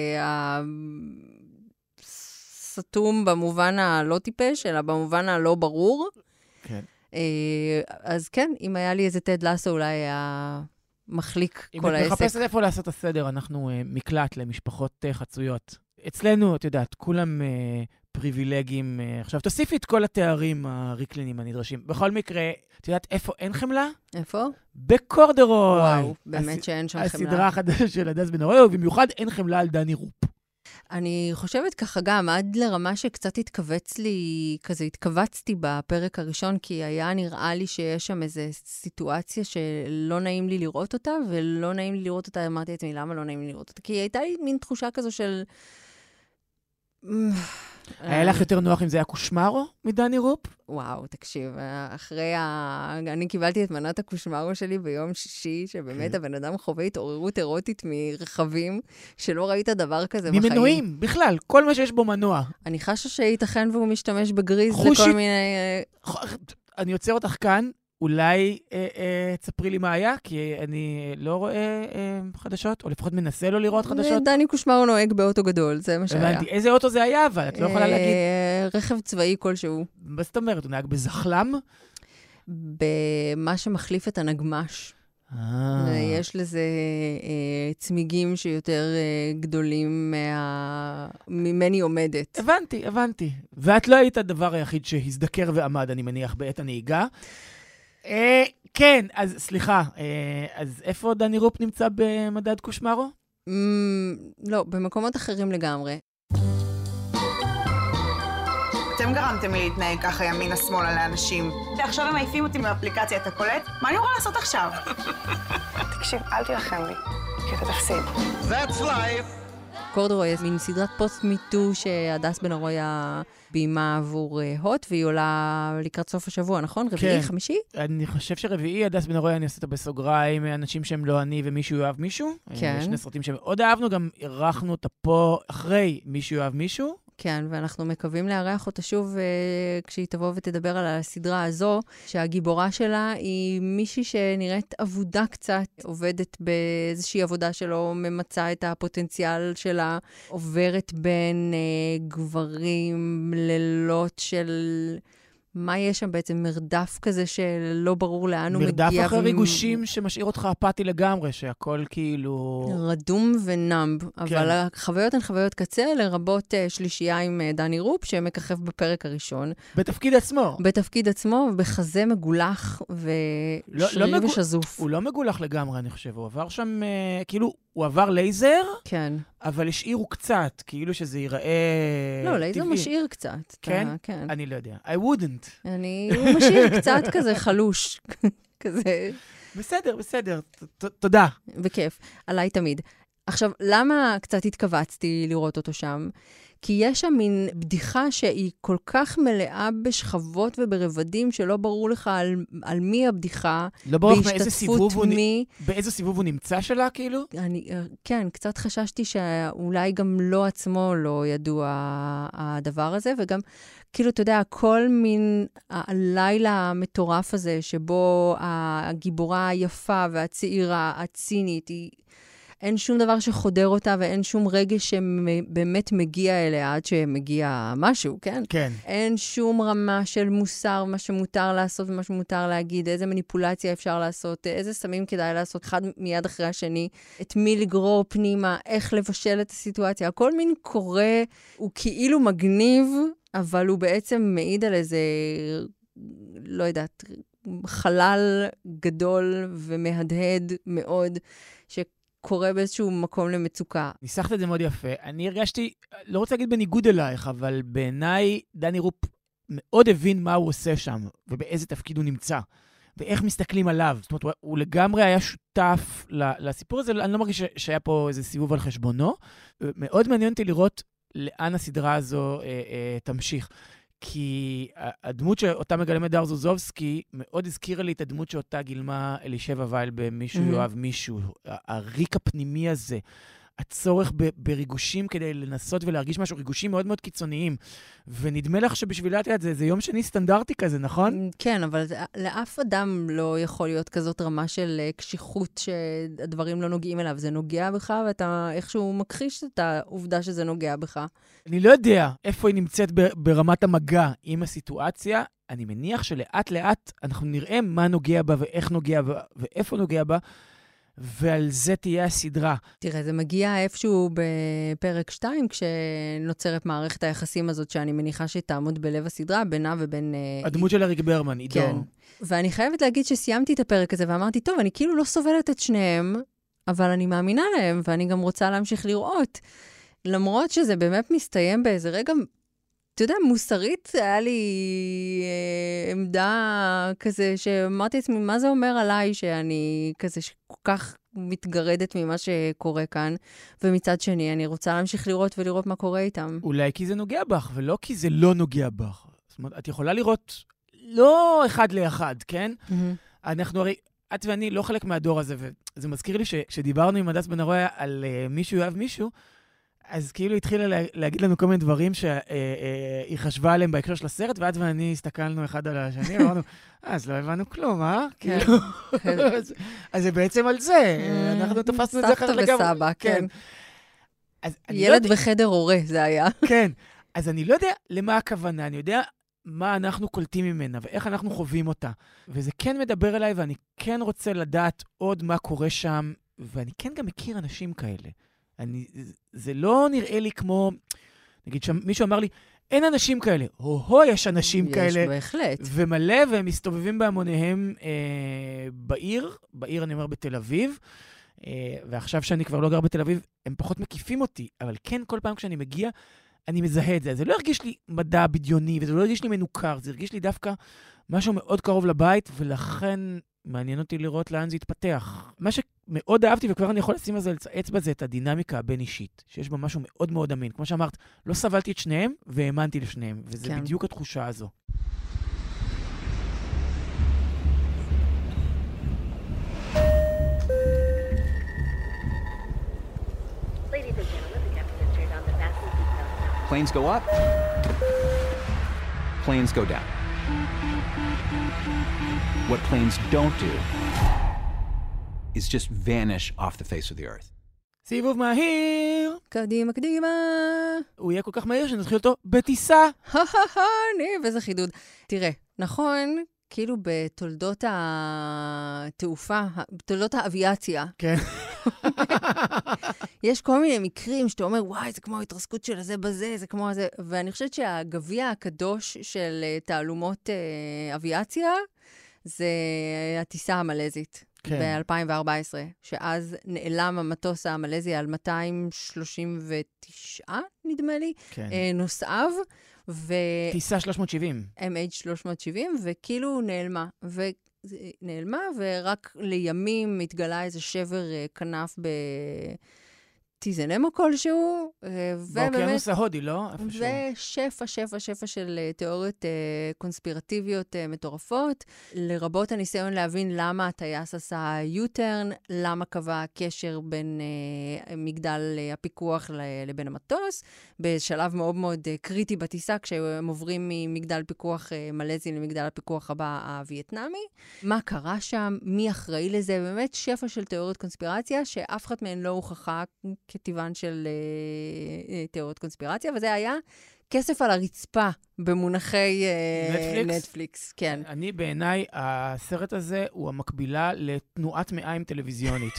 סתום במובן הלא טיפש, אלא במובן הלא ברור. כן. אז כן, אם היה לי איזה טד לסו, אולי היה מחליק כל העסק. אם את מחפשת איפה לעשות הסדר, אנחנו מקלט למשפחות חצויות. אצלנו, את יודעת, כולם פריבילגיים. עכשיו, תוסיפי את כל התארים הריקלינים הנדרשים. בכל מקרה, את יודעת איפה אין חמלה? איפה? בקורדרוי. וואו, באמת שאין שם חמלה. הסדרה החדשה של הדס בן ארויה, ובמיוחד אין חמלה על דני רופ. אני חושבת ככה גם, עד לרמה שקצת התכווצתי בפרק הראשון, כי היה נראה לי שיש שם איזו סיטואציה שלא נעים לי לראות אותה, ולא נעים לי לראות אותה, אמרתי לעצמי, למה לא נעים לי לראות אותה? כי הייתה לי מין תחושה כזו של... היה לך יותר נוח אם זה היה קושמרו מדני רופ? וואו, תקשיב, אני קיבלתי את מנת הקושמרו שלי ביום שישי, שבאמת הבן אדם חווה התעוררות אירוטית מרחבים, שלא ראית דבר כזה בחיים. ממנועים, בכלל, כל מה שיש בו מנוע. אני חשה שייתכן והוא משתמש בגריז לכל מיני... אני עוצר אותך כאן, אולי תספרי לי מה היה, כי אני לא רואה חדשות, או לפחות מנסה לא לראות חדשות. דני קושמרו נוהג באוטו גדול, זה מה שהיה. הבנתי, איזה אוטו זה היה, אבל את לא יכולה להגיד. רכב צבאי כלשהו. מה זאת אומרת, הוא נהג בזחלם? במה שמחליף את הנגמש. יש לזה צמיגים שיותר גדולים ממני עומדת. הבנתי. ואת לא היית הדבר היחיד שהזדקר ועמד, אני מניח, בעת הנהיגה. כן, אז סליחה, אז איפה דני רופ נמצא במדד קושמרו? לא, במקומות אחרים לגמרי. אתם גרמתם לי להתנהג ככה ימינה-שמאלה לאנשים. ועכשיו הם מעיפים אותי מאפליקציה, אתה קולט? מה אני אמורה לעשות עכשיו? תקשיב, אל תלחם לי, כי אתה תפסיד. That's life. קורדורוי, מין סדרת פוסט-מיטו שהדס בן ארויה בימה עבור הוט, והיא עולה לקראת סוף השבוע, נכון? רביעי, חמישי? אני חושב שרביעי, הדס בן ארויה, אני עושה אותה בסוגריים, אנשים שהם לא אני ומישהו יאהב מישהו. כן. שני סרטים שמאוד אהבנו, גם ערכנו אותה פה אחרי מישהו יאהב מישהו. כן, ואנחנו מקווים לארח אותה שוב כשהיא תבוא ותדבר על הסדרה הזו, שהגיבורה שלה היא מישהי שנראית עבודה קצת, עובדת באיזושהי עבודה שלא ממצה את הפוטנציאל שלה, עוברת בין גברים, לילות של... מה יש שם בעצם? מרדף כזה שלא ברור לאן הוא מגיע. מרדף אחרי ריגושים שמשאיר אותך אפאתי לגמרי, שהכל כאילו... רדום ונאמב. כן. אבל החוויות הן חוויות קצה, לרבות שלישייה עם דני רופ, שמככב בפרק הראשון. בתפקיד עצמו. בתפקיד עצמו, בחזה מגולח ושרירי ושזוף. הוא לא מגולח לגמרי, אני חושב. הוא עבר שם, כאילו, הוא עבר לייזר, כן. אבל השאירו קצת, כאילו שזה ייראה לא, לייזר משאיר קצת. כן? כן. אני לא יודע. I wouldn't. הוא משאיר קצת כזה חלוש. כזה. בסדר. תודה. בכיף. עליי תמיד. עכשיו, למה קצת התכווצתי לראות אותו שם? כי יש שם מין בדיחה שהיא כל כך מלאה בשכבות וברבדים, שלא ברור לך על מי הבדיחה. לא ברור באיזה סיבוב הוא נמצא שלה, כאילו? כן, קצת חששתי שאולי גם לא עצמו לא ידוע הדבר הזה, וגם, כאילו, אתה יודע, כל מין הלילה המטורף הזה, שבו הגיבורה היפה והצעירה, הצינית, אין שום דבר שחודר אותה, ואין שום רגש שבאמת מגיע אליה עד שמגיע משהו, כן? כן. אין שום רמה של מוסר, מה שמותר לעשות ומה שמותר להגיד, איזה מניפולציה אפשר לעשות, איזה סמים כדאי לעשות, אחד מיד אחרי השני, את מי לגרור פנימה, איך לבשל את הסיטואציה. הכל מין קורה, הוא כאילו מגניב, אבל הוא בעצם מעיד על איזה, לא יודעת, חלל גדול ומהדהד מאוד, קורה באיזשהו מקום למצוקה. ניסחת את זה מאוד יפה. אני הרגשתי, לא רוצה להגיד בניגוד אלייך, אבל בעיניי דני רופ מאוד הבין מה הוא עושה שם, ובאיזה תפקיד הוא נמצא, ואיך מסתכלים עליו. זאת אומרת, הוא לגמרי היה שותף לסיפור הזה, אני לא מרגיש שהיה פה איזה סיבוב על חשבונו. מאוד מעניין אותי לראות לאן הסדרה הזו תמשיך. כי הדמות שאותה מגלמת דר זוזובסקי מאוד הזכירה לי את הדמות שאותה גילמה אלישבע וייל במישהו יאהב מישהו. הריק הפנימי הזה, הצורך בריגושים כדי לנסות ולהרגיש משהו, ריגושים מאוד מאוד קיצוניים. ונדמה לך שבשבילה זה יום שני סטנדרטי כזה, נכון? כן, אבל לאף אדם לא יכול להיות כזאת רמה של קשיחות שהדברים לא נוגעים אליו. זה נוגע בך, ואתה איכשהו מכחיש את העובדה שזה נוגע בך. אני לא יודע איפה היא נמצאת ברמת המגע עם הסיטואציה. אני מניח שלאט לאט אנחנו נראה מה נוגע בה ואיך נוגע בה ואיפה נוגע בה. ועל זה תהיה הסדרה. תראה, זה מגיע איפשהו בפרק 2, כשנוצרת מערכת היחסים הזאת, שאני מניחה שתעמוד בלב הסדרה, בינה ובין... הדמות של אריק ברמן, עידו. כן. ואני חייבת להגיד שסיימתי את הפרק הזה, ואמרתי, טוב, אני כאילו לא סובלת את שניהם, אבל אני מאמינה להם, ואני גם רוצה להמשיך לראות. למרות שזה באמת מסתיים באיזה רגע אתה יודע, מוסרית, היה לי עמדה כזה, שאמרתי לעצמי, מה זה אומר עליי שאני כזה שכל כך מתגרדת ממה שקורה כאן, ומצד שני, אני רוצה להמשיך לראות ולראות מה קורה איתם. אולי כי זה נוגע בך, ולא כי זה לא נוגע בך. זאת אומרת, את יכולה לראות לא אחד לאחד, כן? אנחנו הרי, את ואני לא חלק מהדור הזה, וזה מזכיר לי שדיברנו עם הדס בן ארויה על מישהו יאהב מישהו, אז כאילו התחילה להגיד לנו כל מיני דברים שהיא חשבה עליהם בהקשר של הסרט, ואת ואני הסתכלנו אחד על השני, ואמרנו, אז לא הבנו כלום, אה? כן. אז זה בעצם על זה, אנחנו תפסנו את זה אחרת לגמרי. סבתא וסבא, כן. ילד בחדר הורה, זה היה. כן, אז אני לא יודע למה הכוונה, אני יודע מה אנחנו קולטים ממנה, ואיך אנחנו חווים אותה. וזה כן מדבר אליי, ואני כן רוצה לדעת עוד מה קורה שם, ואני כן גם מכיר אנשים כאלה. זה לא נראה לי כמו, נגיד שמישהו אמר לי, אין אנשים כאלה. יש אנשים כאלה. יש בהחלט. ומלא, והם מסתובבים בהמוניהם בעיר אני אומר בתל אביב, ועכשיו שאני כבר לא גר בתל אביב, הם פחות מקיפים אותי, אבל כן כל פעם כשאני מגיע, אני מזהה את זה. זה לא הרגיש לי מדע בדיוני, וזה לא הרגיש לי מנוכר, זה הרגיש לי דווקא משהו מאוד קרוב לבית, ולכן מעניין אותי לראות לאן זה יתפתח. מה שמאוד אהבתי, וכבר אני יכול לשים אצבע זה את הדינמיקה הבין-אישית, שיש בה משהו מאוד מאוד אמין. כמו שאמרת, לא סבלתי את שניהם, והאמנתי לשניהם, וזה כן. בדיוק התחושה הזו. Planes go up, planes go down. What planes don't do is just vanish off the face of the earth. סיבוב מהיר. קדימה, קדימה. הוא יהיה כל כך מהיר שנתחיל אותו בטיסה. וזה חידוד. תראה, נכון, כאילו בתולדות התעופה, בתולדות האביאציה. כן. יש כל מיני מקרים שאתה אומר, וואי, זה כמו התרסקות של זה בזה, זה כמו זה. ואני חושבת שהגביע הקדוש של תעלומות אביאציה, זה הטיסה המלזית. כן. ב-2014, שאז נעלם המטוס המלזי על 239, נדמה לי, כן. נוסעיו. טיסה 370. MH370, וכאילו נעלמה, ורק לימים התגלה איזה שבר כנף טיזנמו כלשהו. באוקיינוס ההודי, לא? ושפע של תיאוריות קונספירטיביות מטורפות, לרבות הניסיון להבין למה הטייס עשה U-turn, למה קבע קשר בין מגדל הפיקוח לבין המטוס, בשלב מאוד מאוד קריטי בטיסה, כשהם עוברים ממגדל פיקוח מלזי למגדל הפיקוח הבא הווייטנאמי. מה קרה שם? מי אחראי לזה? באמת שפע של תיאוריות קונספירציה, שאף אחד מהן לא הוכחה כטבען של תיאוריות קונספירציה, וזה היה כסף על הרצפה במונחי נטפליקס. כן. אני בעיניי, הסרט הזה הוא המקבילה לתנועת מעיים טלוויזיונית.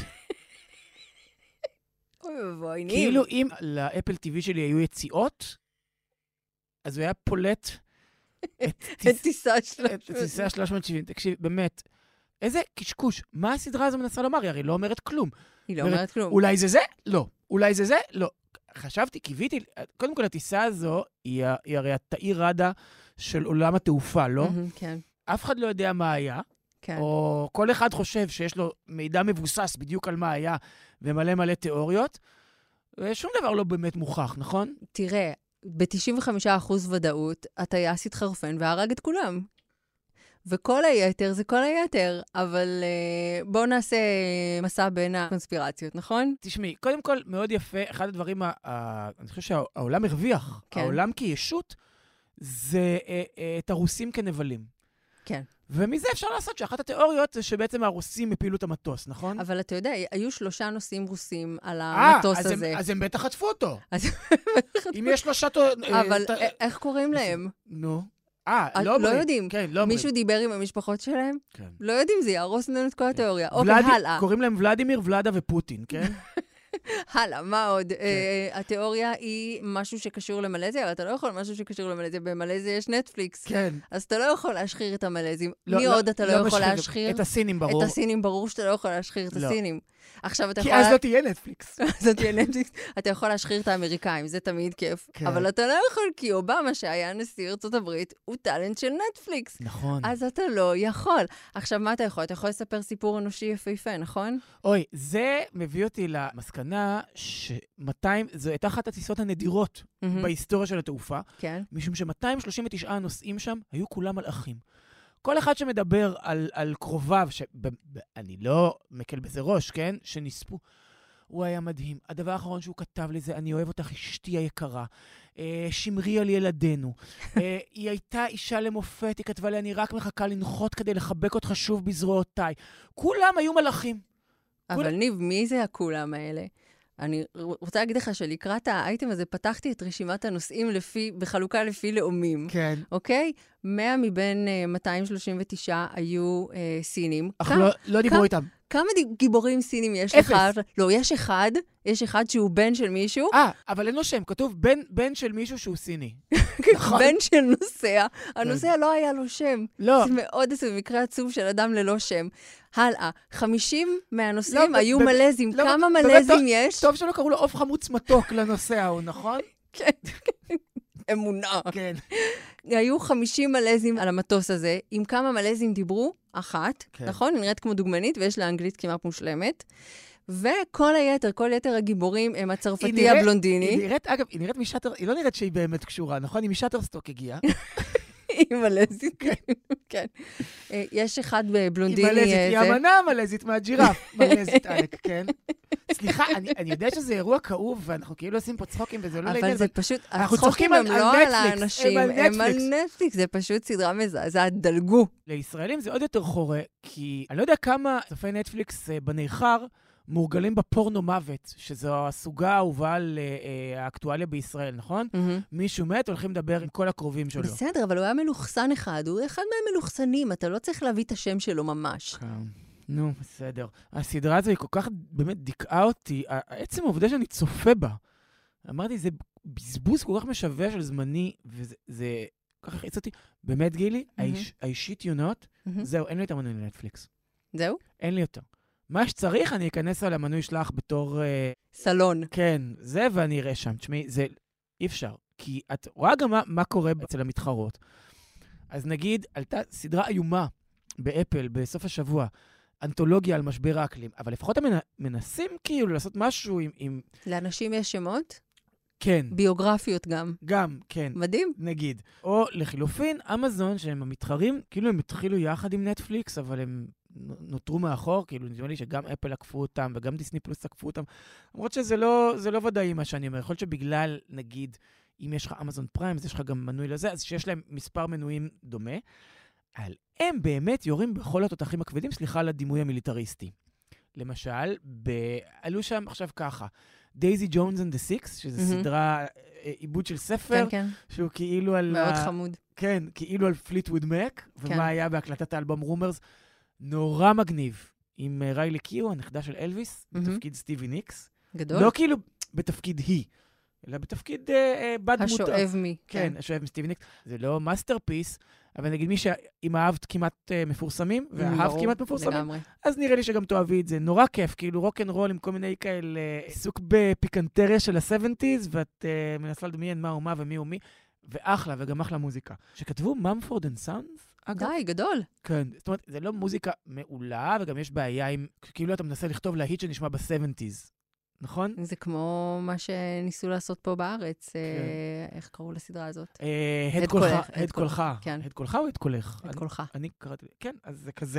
אוי ובואי, כאילו אם לאפל TV שלי היו יציאות, אז הוא היה פולט את טיסה 370. תקשיב, באמת, איזה קשקוש. מה הסדרה הזו מנסה לומר? היא הרי לא אומרת כלום. היא לא אומרת כלום. אולי זה זה? לא. אולי זה זה? לא. חשבתי, קיוויתי, קודם כל הטיסה הזו היא הרי התאיר רדה של עולם התעופה, לא? כן. אף אחד לא יודע מה היה, כן. או כל אחד חושב שיש לו מידע מבוסס בדיוק על מה היה, ומלא מלא תיאוריות, ושום דבר לא באמת מוכח, נכון? תראה, ב-95% ודאות, הטייס התחרפן והרג את כולם. וכל היתר זה כל היתר, אבל בואו נעשה מסע בין הקונספירציות, נכון? תשמעי, קודם כל מאוד יפה, אחד הדברים, אני חושב שהעולם הרוויח, כן. העולם כישות, זה את הרוסים כנבלים. כן. ומזה אפשר לעשות שאחת התיאוריות זה שבעצם הרוסים הפילו את המטוס, נכון? אבל אתה יודע, היו 3 נוסעים רוסים על המטוס הזה. אז הם בטח חטפו אותו. אם יש 3... אבל איך קוראים להם? נו. לא יודעים. כן, לא מישהו דיבר עם המשפחות שלהם? כן. לא יודעים, זה יהרוס לנו את כל התיאוריה. אוקיי, הלאה. קוראים להם ולדימיר, ולדה ופוטין, כן? הלאה, מה עוד? התיאוריה היא משהו שקשור למלזיה, אבל אתה לא יכול משהו שקשור למלזיה. במלזיה יש נטפליקס. כן. אז אתה לא יכול להשחיר את המלזים. מי עוד אתה לא יכול להשחיר? את הסינים, ברור. את הסינים, ברור שאתה לא יכול להשחיר את הסינים. עכשיו אתה כי יכול... אז לא תהיה נטפליקס. אז לא תהיה נטפליקס. אתה יכול להשחיר את האמריקאים, זה תמיד כיף. אבל אתה לא יכול, כי אובמה, שהיה נשיא ארצות הברית, הוא טלנט של נטפליקס. נכון. אז אתה לא יכול. עכשיו, מה אתה יכול? אתה יכול לספר סיפור אנושי יפהפה, נכון? אוי, זה מביא אותי למסקנה ש200, זו הייתה אחת הטיסות הנדירות בהיסטוריה של התעופה, משום ש239 נוסעים שם היו כולם מלאכים. כל אחד שמדבר על קרוביו, אני לא מקל בזה ראש, כן? שנספו. הוא היה מדהים. הדבר האחרון שהוא כתב לי זה, אני אוהב אותך, אשתי היקרה. שמרי על ילדינו. היא הייתה אישה למופת, היא כתבה לי, אני רק מחכה לנחות כדי לחבק אותך שוב בזרועותיי. כולם היו מלאכים. אבל ניב, מי זה הכולם האלה? אני רוצה להגיד לך שלקראת האייטם הזה פתחתי את רשימת הנושאים בחלוקה לפי לאומים. כן. אוקיי? 100 מבין 239 היו סינים. אך לא דיברו איתם. כמה גיבורים סינים יש לך? לא, יש אחד שהוא בן של מישהו. אבל אין לו שם, כתוב בן של מישהו שהוא סיני. בן של נוסע. הנוסע לא היה לו שם. לא. זה מאוד עצוב, במקרה עצוב של אדם ללא שם. הלאה, 50 מהנוסעים היו מלזים. כמה מלזים יש? טוב שלא קראו לו עוף חמוץ מתוק לנוסע, הוא נכון? כן. אמונה. כן. היו 50 מלזים על המטוס הזה. עם כמה מלזים דיברו? אחת. נכון? היא נראית כמו דוגמנית, ויש לה אנגלית כמעט מושלמת. וכל יתר הגיבורים הם הצרפתי הבלונדיני. היא נראית משאטר, היא לא נראית שהיא באמת קשורה, נכון? היא משאטרסטוק הגיעה. היא מלזית, כן. יש אחד בבלונדיני... היא מלזית, היא אמנה מלזית מהג'ירף. מלזית עלק, כן. סליחה, אני יודע שזה אירוע כאוב, ואנחנו כאילו עושים פה צחוקים, וזה לא לעניין. אבל זה פשוט, הצחוקים הם לא על האנשים, הם על נטפליקס, זה פשוט סדרה מזעזעת, דלגו. לישראלים זה עוד יותר חורה, כי אני לא יודע כמה צופי נטפליקס בניחר, מורגלים בפורנו מוות, שזו הסוגה האהובה על האקטואליה בישראל, נכון? מישהו מת, הולכים לדבר עם כל הקרובים שלו. בסדר, אבל הוא היה מלוכסן אחד, הוא אחד מהמלוכסנים, אתה לא צריך להביא את השם שלו ממש. נו, בסדר. הסדרה הזו היא כל כך באמת דיכאה אותי, עצם העובדה שאני צופה בה. אמרתי, זה בזבוז כל כך משווה של זמני, וזה כל כך הכעיס אותי. באמת, גילי, האישית יונות, זהו, אין לי יותר מנוי לנטפליקס. זהו? אין לי יותר. מה שצריך, אני אכנס על המנוי שלך בתור... סלון. כן, זה ואני אראה שם. תשמעי, זה אי אפשר. כי את רואה גם מה קורה אצל המתחרות. אז נגיד, עלתה סדרה איומה באפל בסוף השבוע, אנתולוגיה על משבר האקלים, אבל לפחות הם מנסים כאילו לעשות משהו עם... לאנשים יש שמות? כן. ביוגרפיות גם. גם, כן. מדהים. נגיד. או לחילופין, אמזון, שהם המתחרים, כאילו הם התחילו יחד עם נטפליקס, אבל הם נותרו מאחור, כאילו נדמה לי שגם אפל עקפו אותם, וגם דיסני פלוס עקפו אותם. למרות שזה לא ודאי מה שאני אומר. יכול להיות שבגלל, נגיד, אם יש לך אמזון פריים, אז יש לך גם מנוי לזה, אז שיש להם מספר מנויים דומה. אבל הם באמת יורים בכל התותחים הכבדים, סליחה על הדימוי המיליטריסטי. למשל, עלו שם עכשיו ככה, דייזי ג'ונס and the Six, שזה סדרה, עיבוד של ספר, שהוא כאילו על... מאוד חמוד. כן, כאילו על פליטווד מק, ומה היה בהקלטת האלבום רומרס, נורא מגניב, עם ריילי קיו, הנכדה של אלוויס, בתפקיד סטיבי ניקס. גדול. לא כאילו בתפקיד היא, אלא בתפקיד בת דמותו. השואב מי. כן, השואב מסטיבי ניקס. זה לא מאסטרפיס, אבל נגיד מי שאם אהבת כמעט מפורסמים, ואהבת כמעט מפורסמים, אז נראה לי שגם תאהבי את זה. נורא כיף, כאילו רוק אנד רול עם כל מיני כאלה, עיסוק בפיקנטריה של ה-70s, ואת מנסה לדמיין מה הוא מה ומי הוא מי, ואחלה, וגם אחלה מוזיקה. שכתבו ממפורד אנד סאונס, אגב. די, גדול. כן, זאת אומרת, זה לא מוזיקה מעולה, וגם יש בעיה עם, כאילו אתה מנסה לכתוב להיט שנשמע ב-70s. נכון? זה כמו מה שניסו לעשות פה בארץ. איך קראו לסדרה הזאת? הד קולך. הד קולך. כן. הד קולך או הד קולך? הד קולך. אני קראתי, כן, אז זה כזה.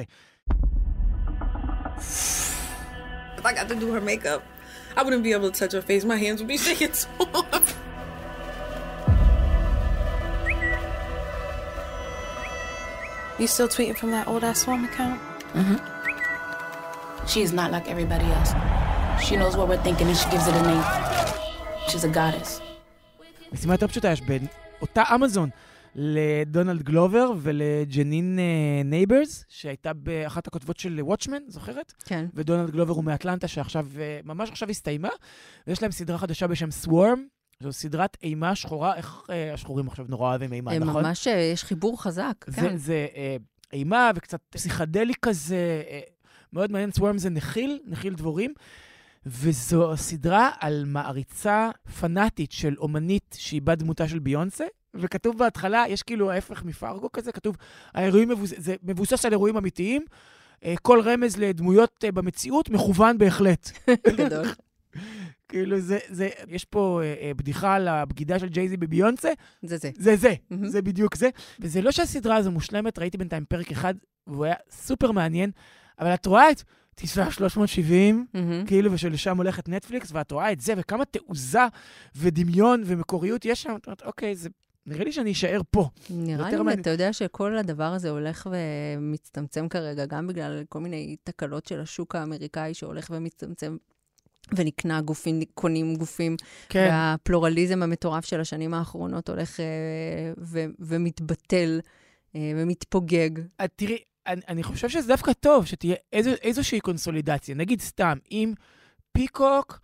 If I got to do her makeup, I wouldn't be able to touch her face. My hands would be shaking so hard. You still tweeting from that old-ass Swarm account? Mm-hmm. She is not like everybody else. She knows what we're thinking and she gives it a name. She's a goddess. משימה יותר פשוטה יש בין אותה אמזון לדונלד גלובר ולג'נין נייברס, שהייתה באחת הכותבות של וואטשמן, זוכרת? כן. ודונלד גלובר הוא מאטלנטה, שעכשיו, ממש עכשיו הסתיימה, ויש להם סדרה חדשה בשם סוורם, זו סדרת אימה שחורה, איך השחורים עכשיו נורא אוהבים אימה, נכון? ממש יש חיבור חזק, כן. זה אימה וקצת פסיכדלי כזה, מאוד מעניין, סוורם זה נחיל דבורים, וזו סדרה על מעריצה פנאטית של אומנית שהיא בת דמותה של ביונסה, וכתוב בהתחלה, יש כאילו ההפך מפארגו כזה, כתוב, האירועים זה מבוסס על אירועים אמיתיים, כל רמז לדמויות במציאות מכוון בהחלט. גדול. כאילו יש פה בדיחה על הבגידה של ג'ייזי בביונסה. זה בדיוק זה. וזה לא שהסדרה הזו מושלמת, ראיתי בינתיים פרק אחד, והוא היה סופר מעניין, אבל את רואה את טיסה 370, כאילו, ושלשם הולכת נטפליקס, ואת רואה את זה, וכמה תעוזה ודמיון ומקוריות יש שם. את אומרת, אוקיי, זה נראה לי שאני אשאר פה. נראה לי, אתה יודע שכל הדבר הזה הולך ומצטמצם כרגע, גם בגלל כל מיני תקלות של השוק האמריקאי שהולך ומצטמצם, ונקנה גופים, קונים גופים, כן. והפלורליזם המטורף של השנים האחרונות הולך ומתבטל ומתפוגג. תראי, אני חושב שזה דווקא טוב, שתהיה איזושהי קונסולידציה. נגיד סתם, אם פיקוק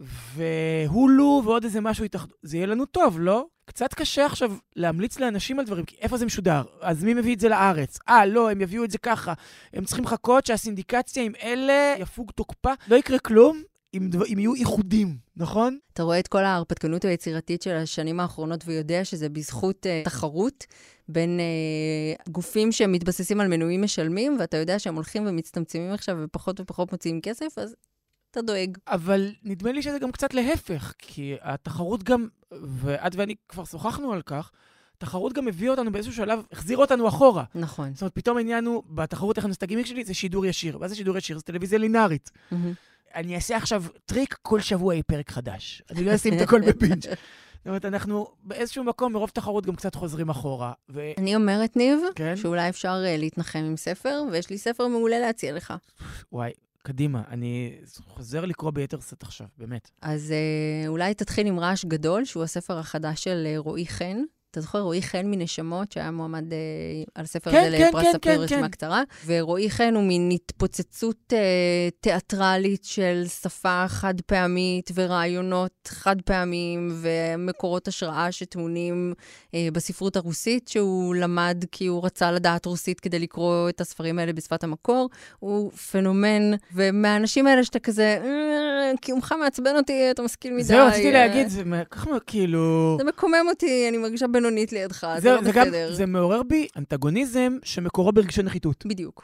והולו ועוד איזה משהו יתאחדו, זה יהיה לנו טוב, לא? קצת קשה עכשיו להמליץ לאנשים על דברים, כי איפה זה משודר? אז מי מביא את זה לארץ? לא, הם יביאו את זה ככה. הם צריכים לחכות שהסינדיקציה עם אלה יפוג תוקפה. לא יקרה כלום אם יהיו איחודים, נכון? אתה רואה את כל ההרפתקנות היצירתית של השנים האחרונות, ויודע שזה בזכות תחרות בין גופים שמתבססים על מנויים משלמים, ואתה יודע שהם הולכים ומצטמצמים עכשיו ופחות ופחות מוציאים כסף, אז אתה דואג. אבל נדמה לי שזה גם קצת להפך, כי התחרות גם, ואת ואני כבר שוחחנו על כך, תחרות גם הביאה אותנו באיזשהו שלב, החזירה אותנו אחורה. נכון. זאת אומרת, פתאום העניין הוא, בתחרות איך נעשתה גימיק שלי, זה שידור ישיר. ואז זה שידור ישיר, זה טלוויזיה לינארית. אני אעשה עכשיו טריק, כל שבוע יהיה פרק חדש. אני לא אשים את הכל בפינץ'. זאת אומרת, אנחנו באיזשהו מקום, מרוב תחרות גם קצת חוזרים אחורה. אני אומרת, ניב, שאולי אפשר להתנחם עם ספר, ויש לי ספר מעולה להציע לך. וואי, קדימה, אני חוזר לקרוא ביתר סט עכשיו, באמת. אז אולי תתחיל עם רעש גדול, שהוא הספר החדש של רועי חן. אתה זוכר, רועי חן מנשמות, שהיה מועמד על הספר הזה לפרס ספיר רשימה קצרה. ורועי חן הוא מין התפוצצות תיאטרלית של שפה חד פעמית, ורעיונות חד פעמים, ומקורות השראה שטמונים בספרות הרוסית, שהוא למד כי הוא רצה לדעת רוסית כדי לקרוא את הספרים האלה בשפת המקור. הוא פנומן, ומהאנשים האלה שאתה כזה, קיומך מעצבן אותי, אתה משכיל מדי. זהו, רציתי להגיד, זה כאילו... זה מקומם אותי, אני מרגישה בינונית לידך, זה לא בסדר. זה מעורר בי אנטגוניזם שמקורו ברגשי נחיתות. בדיוק.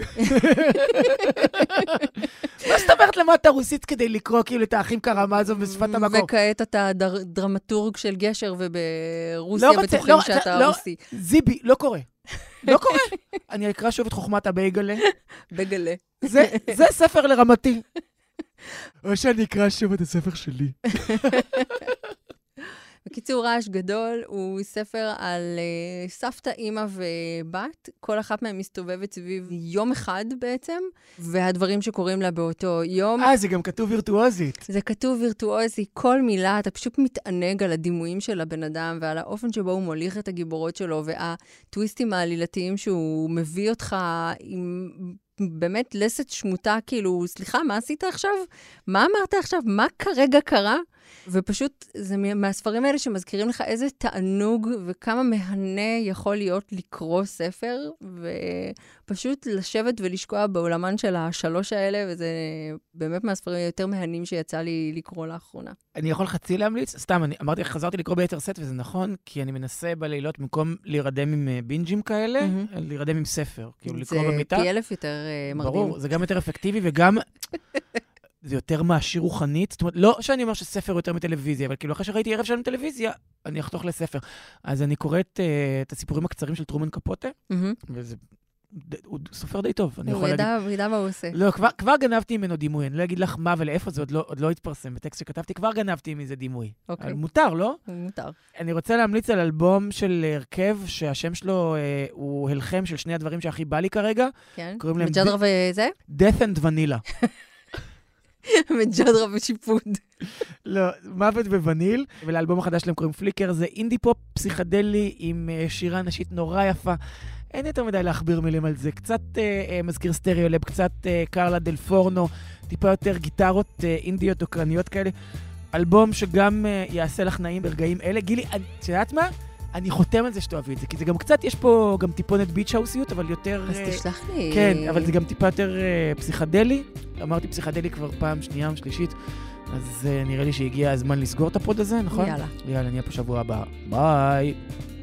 מה זאת אומרת למדת רוסית כדי לקרוא כאילו את האחים קרמזוב בשפת המקור? וכעת אתה דרמטורג של גשר, וברוסיה בטוחים שאתה רוסי. זיבי, לא קורה. לא קורה. אני אקרא שוב את חוכמת הבייגלה. בייגלה. זה ספר לרמתי. או שאני אקרא שוב את הספר שלי. בקיצור, רעש גדול הוא ספר על סבתא, אמא ובת. כל אחת מהן מסתובבת סביב יום אחד בעצם, והדברים שקורים לה באותו יום. זה גם כתוב וירטואוזית. זה כתוב וירטואוזי. כל מילה, אתה פשוט מתענג על הדימויים של הבן אדם, ועל האופן שבו הוא מוליך את הגיבורות שלו, והטוויסטים העלילתיים שהוא מביא אותך עם... באמת לסת שמותה, כאילו, סליחה, מה עשית עכשיו? מה אמרת עכשיו? מה כרגע קרה? ופשוט, זה מהספרים האלה שמזכירים לך איזה תענוג וכמה מהנה יכול להיות לקרוא ספר, ופשוט לשבת ולשקוע בעולמן של השלוש האלה, וזה באמת מהספרים היותר מהנים שיצא לי לקרוא לאחרונה. אני יכול חצי להמליץ? סתם, אמרתי, חזרתי לקרוא ביתר סט, וזה נכון, כי אני מנסה בלילות, במקום להירדם עם בינג'ים כאלה, להירדם עם ספר. כאילו, לקרוא במיטה. זה פי אלף יותר מרדים. ברור, זה גם יותר אפקטיבי, וגם... זה יותר מעשיר רוחנית. זאת אומרת, לא שאני אומר שספר יותר מטלוויזיה, אבל כאילו אחרי שראיתי ערב שלנו טלוויזיה, אני אחתוך לספר. אז אני קוראת את הסיפורים הקצרים של טרומן קפוטה, וזה... הוא סופר די טוב, אני יכול להגיד. הוא ידע מה הוא עושה. לא, כבר גנבתי ממנו דימוי. אני לא אגיד לך מה ולאיפה זה, עוד לא התפרסם. בטקסט שכתבתי, כבר גנבתי מזה דימוי. אוקיי. מותר, לא? מותר. אני רוצה להמליץ על אלבום של הרכב, שהשם שלו הוא הלחם של שני הדברים שהכי בא לי כרגע. כן. מג'דרה וזה? Death and Vanilla. מג'דרה בשיפוד. לא, מוות בווניל, ולאלבום החדש שלהם קוראים פליקר, זה אינדי פופ פסיכדלי עם שירה נשית נורא יפה. אין יותר מדי להכביר מילים על זה. קצת מזכיר סטריאולב, קצת קרלה דל פורנו, טיפה יותר גיטרות אינדיות או קרניות כאלה. אלבום שגם יעשה לך נעים ברגעים אלה. גילי, את יודעת מה? אני חותם על זה שתאהבי את זה, כי זה גם קצת, יש פה גם טיפונת ביץ' האוסיות, אבל יותר... אז תשלח לי. כן, אבל זה גם טיפה יותר פסיכדלי. אמרתי פסיכדלי כבר פעם שנייה או שלישית, אז נראה לי שהגיע הזמן לסגור את הפוד הזה, נכון? יאללה. יאללה, נהיה פה שבוע הבא. ביי.